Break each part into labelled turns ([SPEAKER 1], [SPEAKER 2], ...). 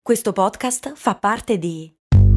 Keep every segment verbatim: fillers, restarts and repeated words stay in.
[SPEAKER 1] Questo podcast fa parte di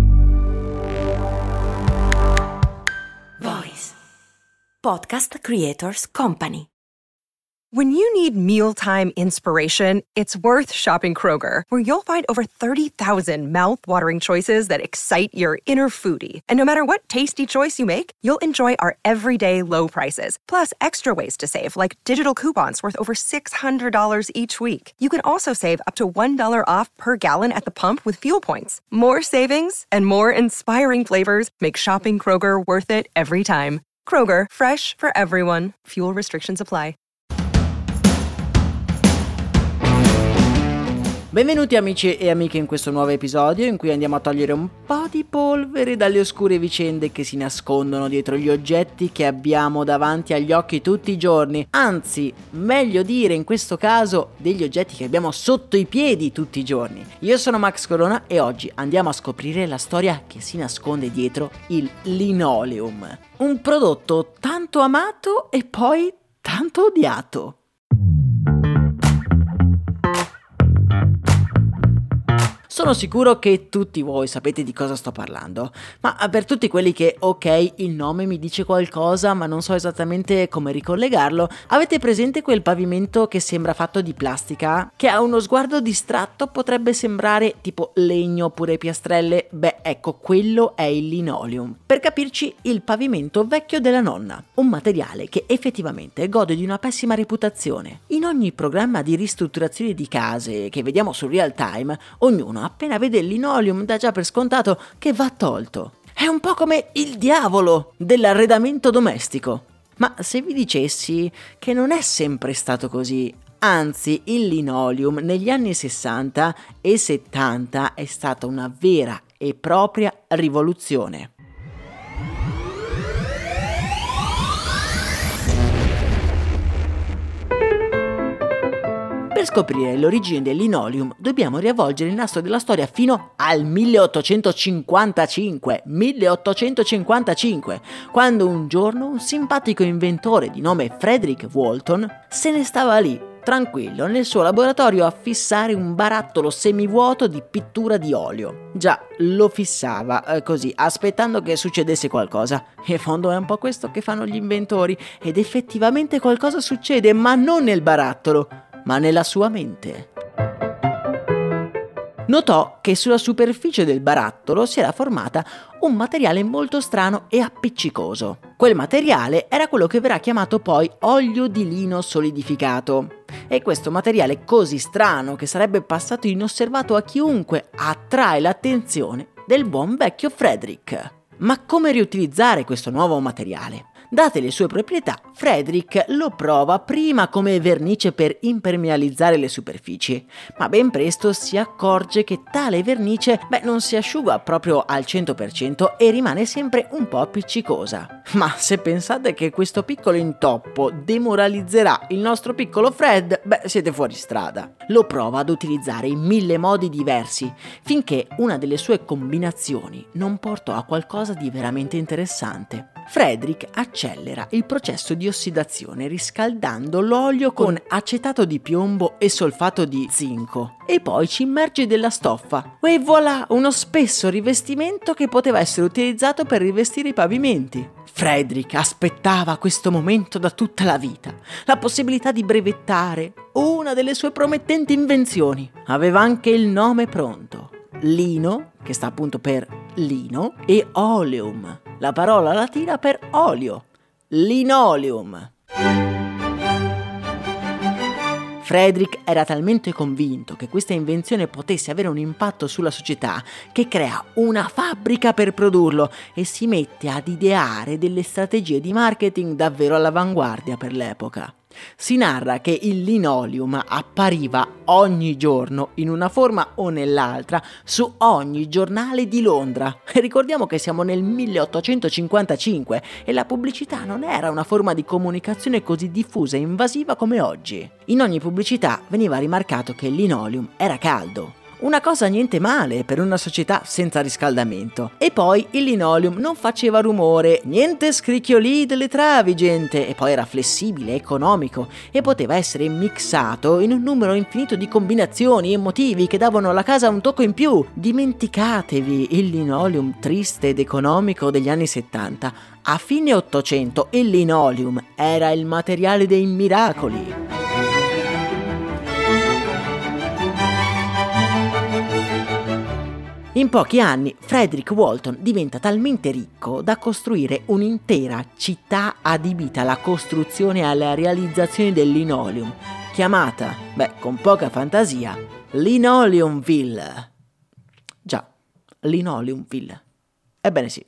[SPEAKER 1] Voice Podcast Creators Company.
[SPEAKER 2] When you need mealtime inspiration, it's worth shopping Kroger, where you'll find over thirty thousand mouth-watering choices that excite your inner foodie. And no matter what tasty choice you make, you'll enjoy our everyday low prices, plus extra ways to save, like digital coupons worth over six hundred dollars each week. You can also save up to one dollar off per gallon at the pump with fuel points. More savings and more inspiring flavors make shopping Kroger worth it every time. Kroger, fresh for everyone. Fuel restrictions apply.
[SPEAKER 3] Benvenuti amici e amiche in questo nuovo episodio in cui andiamo a togliere un po' di polvere dalle oscure vicende che si nascondono dietro gli oggetti che abbiamo davanti agli occhi tutti i giorni. Anzi, meglio dire in questo caso degli oggetti che abbiamo sotto i piedi tutti i giorni. Io sono Max Corona e oggi andiamo a scoprire la storia che si nasconde dietro il linoleum. Un prodotto tanto amato e poi tanto odiato. Sono sicuro che tutti voi sapete di cosa sto parlando, ma per tutti quelli che, ok, il nome mi dice qualcosa ma non so esattamente come ricollegarlo, avete presente quel pavimento che sembra fatto di plastica? Che a uno sguardo distratto potrebbe sembrare tipo legno oppure piastrelle? Beh, ecco, quello è il linoleum. Per capirci, il pavimento vecchio della nonna, un materiale che effettivamente gode di una pessima reputazione. In ogni programma di ristrutturazione di case che vediamo su Real Time, ognuno appena vede il linoleum dà già per scontato che va tolto. È un po' come il diavolo dell'arredamento domestico. Ma se vi dicessi che non è sempre stato così, anzi il linoleum negli anni sessanta e settanta è stata una vera e propria rivoluzione. Per scoprire l'origine del linoleum dobbiamo riavvolgere il nastro della storia fino al milleottocentocinquantacinque, milleottocentocinquantacinque, quando un giorno un simpatico inventore di nome Frederick Walton se ne stava lì, tranquillo, nel suo laboratorio a fissare un barattolo semivuoto di pittura di olio. Già, lo fissava eh, così, aspettando che succedesse qualcosa. E in fondo è un po' questo che fanno gli inventori, ed effettivamente qualcosa succede, ma non nel barattolo, ma nella sua mente. Notò che sulla superficie del barattolo si era formata un materiale molto strano e appiccicoso. Quel materiale era quello che verrà chiamato poi olio di lino solidificato. E questo materiale così strano che sarebbe passato inosservato a chiunque attrae l'attenzione del buon vecchio Frederick. Ma come riutilizzare questo nuovo materiale? Date le sue proprietà, Frederick lo prova prima come vernice per impermeabilizzare le superfici, ma ben presto si accorge che tale vernice beh, non si asciuga proprio al cento per cento e rimane sempre un po' appiccicosa. Ma se pensate che questo piccolo intoppo demoralizzerà il nostro piccolo Fred, beh, siete fuori strada. Lo prova ad utilizzare in mille modi diversi, finché una delle sue combinazioni non portò a qualcosa di veramente interessante. Frederick accelera il processo di ossidazione riscaldando l'olio con acetato di piombo e solfato di zinco e poi ci immerge della stoffa e voilà, uno spesso rivestimento che poteva essere utilizzato per rivestire i pavimenti. Frederick aspettava questo momento da tutta la vita, la possibilità di brevettare una delle sue promettenti invenzioni. Aveva anche il nome pronto: lino, che sta appunto per lino, e oleum, la parola latina per olio, linoleum. Frederick era talmente convinto che questa invenzione potesse avere un impatto sulla società che crea una fabbrica per produrlo e si mette ad ideare delle strategie di marketing davvero all'avanguardia per l'epoca. Si narra che il linoleum appariva ogni giorno in una forma o nell'altra su ogni giornale di Londra. E ricordiamo che siamo nel milleottocentocinquantacinque e la pubblicità non era una forma di comunicazione così diffusa e invasiva come oggi. In ogni pubblicità veniva rimarcato che il linoleum era caldo. una cosa niente male per una società senza riscaldamento. E poi il linoleum non faceva rumore, niente scricchiolii delle travi, gente, e poi era flessibile, economico e poteva essere mixato in un numero infinito di combinazioni e motivi che davano alla casa un tocco in più. Dimenticatevi il linoleum triste ed economico degli anni settanta. A fine Ottocento il linoleum era il materiale dei miracoli. In pochi anni Frederick Walton diventa talmente ricco da costruire un'intera città adibita alla costruzione e alla realizzazione del linoleum, chiamata, beh, con poca fantasia, Linoleumville. Già, Linoleumville. Ebbene sì.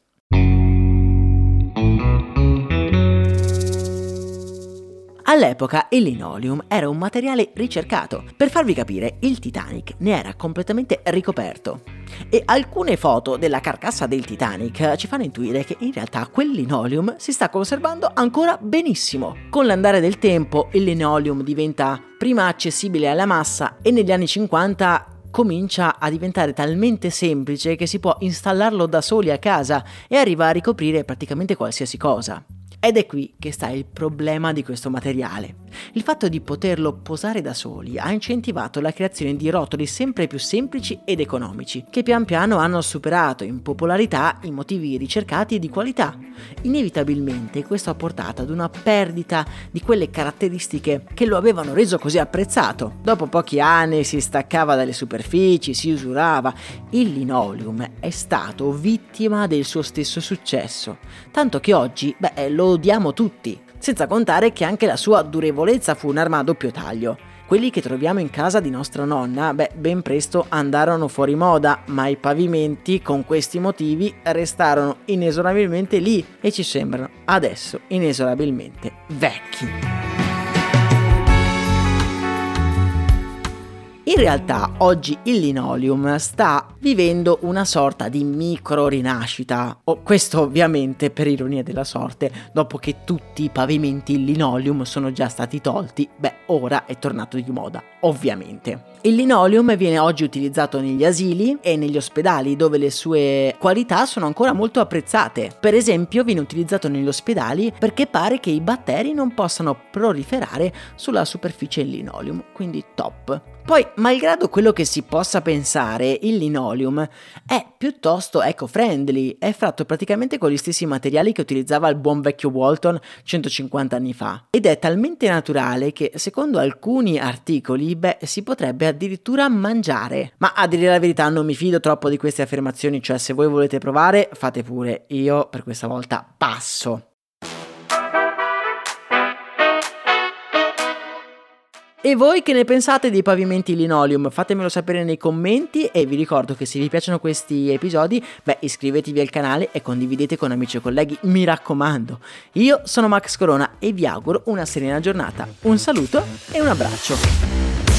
[SPEAKER 3] All'epoca il linoleum era un materiale ricercato. Per farvi capire, il Titanic ne era completamente ricoperto. E alcune foto della carcassa del Titanic ci fanno intuire che in realtà quel linoleum si sta conservando ancora benissimo. Con l'andare del tempo il linoleum diventa prima accessibile alla massa e negli anni cinquanta comincia a diventare talmente semplice che si può installarlo da soli a casa e arriva a ricoprire praticamente qualsiasi cosa. Ed è qui che sta il problema di questo materiale. Il fatto di poterlo posare da soli ha incentivato la creazione di rotoli sempre più semplici ed economici, che pian piano hanno superato in popolarità i motivi ricercati di qualità. Inevitabilmente questo ha portato ad una perdita di quelle caratteristiche che lo avevano reso così apprezzato. Dopo pochi anni si staccava dalle superfici, si usurava. Il linoleum è stato vittima del suo stesso successo, tanto che oggi, beh, lo odiamo tutti, senza contare che anche la sua durevolezza fu un'arma a doppio taglio. Quelli che troviamo in casa di nostra nonna, beh, ben presto andarono fuori moda, ma i pavimenti con questi motivi restarono inesorabilmente lì e ci sembrano adesso inesorabilmente vecchi. In realtà oggi il linoleum sta vivendo una sorta di micro rinascita, o questo ovviamente per ironia della sorte, dopo che tutti i pavimenti in linoleum sono già stati tolti, beh, ora è tornato di moda, ovviamente. Il linoleum viene oggi utilizzato negli asili e negli ospedali, dove le sue qualità sono ancora molto apprezzate. Per esempio viene utilizzato negli ospedali perché pare che i batteri non possano proliferare sulla superficie in linoleum, quindi top. Poi, malgrado quello che si possa pensare, il linoleum è piuttosto eco-friendly, è fatto praticamente con gli stessi materiali che utilizzava il buon vecchio Walton centocinquanta anni fa, ed è talmente naturale che, secondo alcuni articoli, beh, si potrebbe addirittura mangiare. Ma a dire la verità non mi fido troppo di queste affermazioni, cioè se voi volete provare, fate pure, io per questa volta passo. E voi che ne pensate dei pavimenti linoleum? Fatemelo sapere nei commenti e vi ricordo che se vi piacciono questi episodi, beh, iscrivetevi al canale e condividete con amici e colleghi, mi raccomando. Io sono Max Corona e vi auguro una serena giornata. Un saluto e un abbraccio.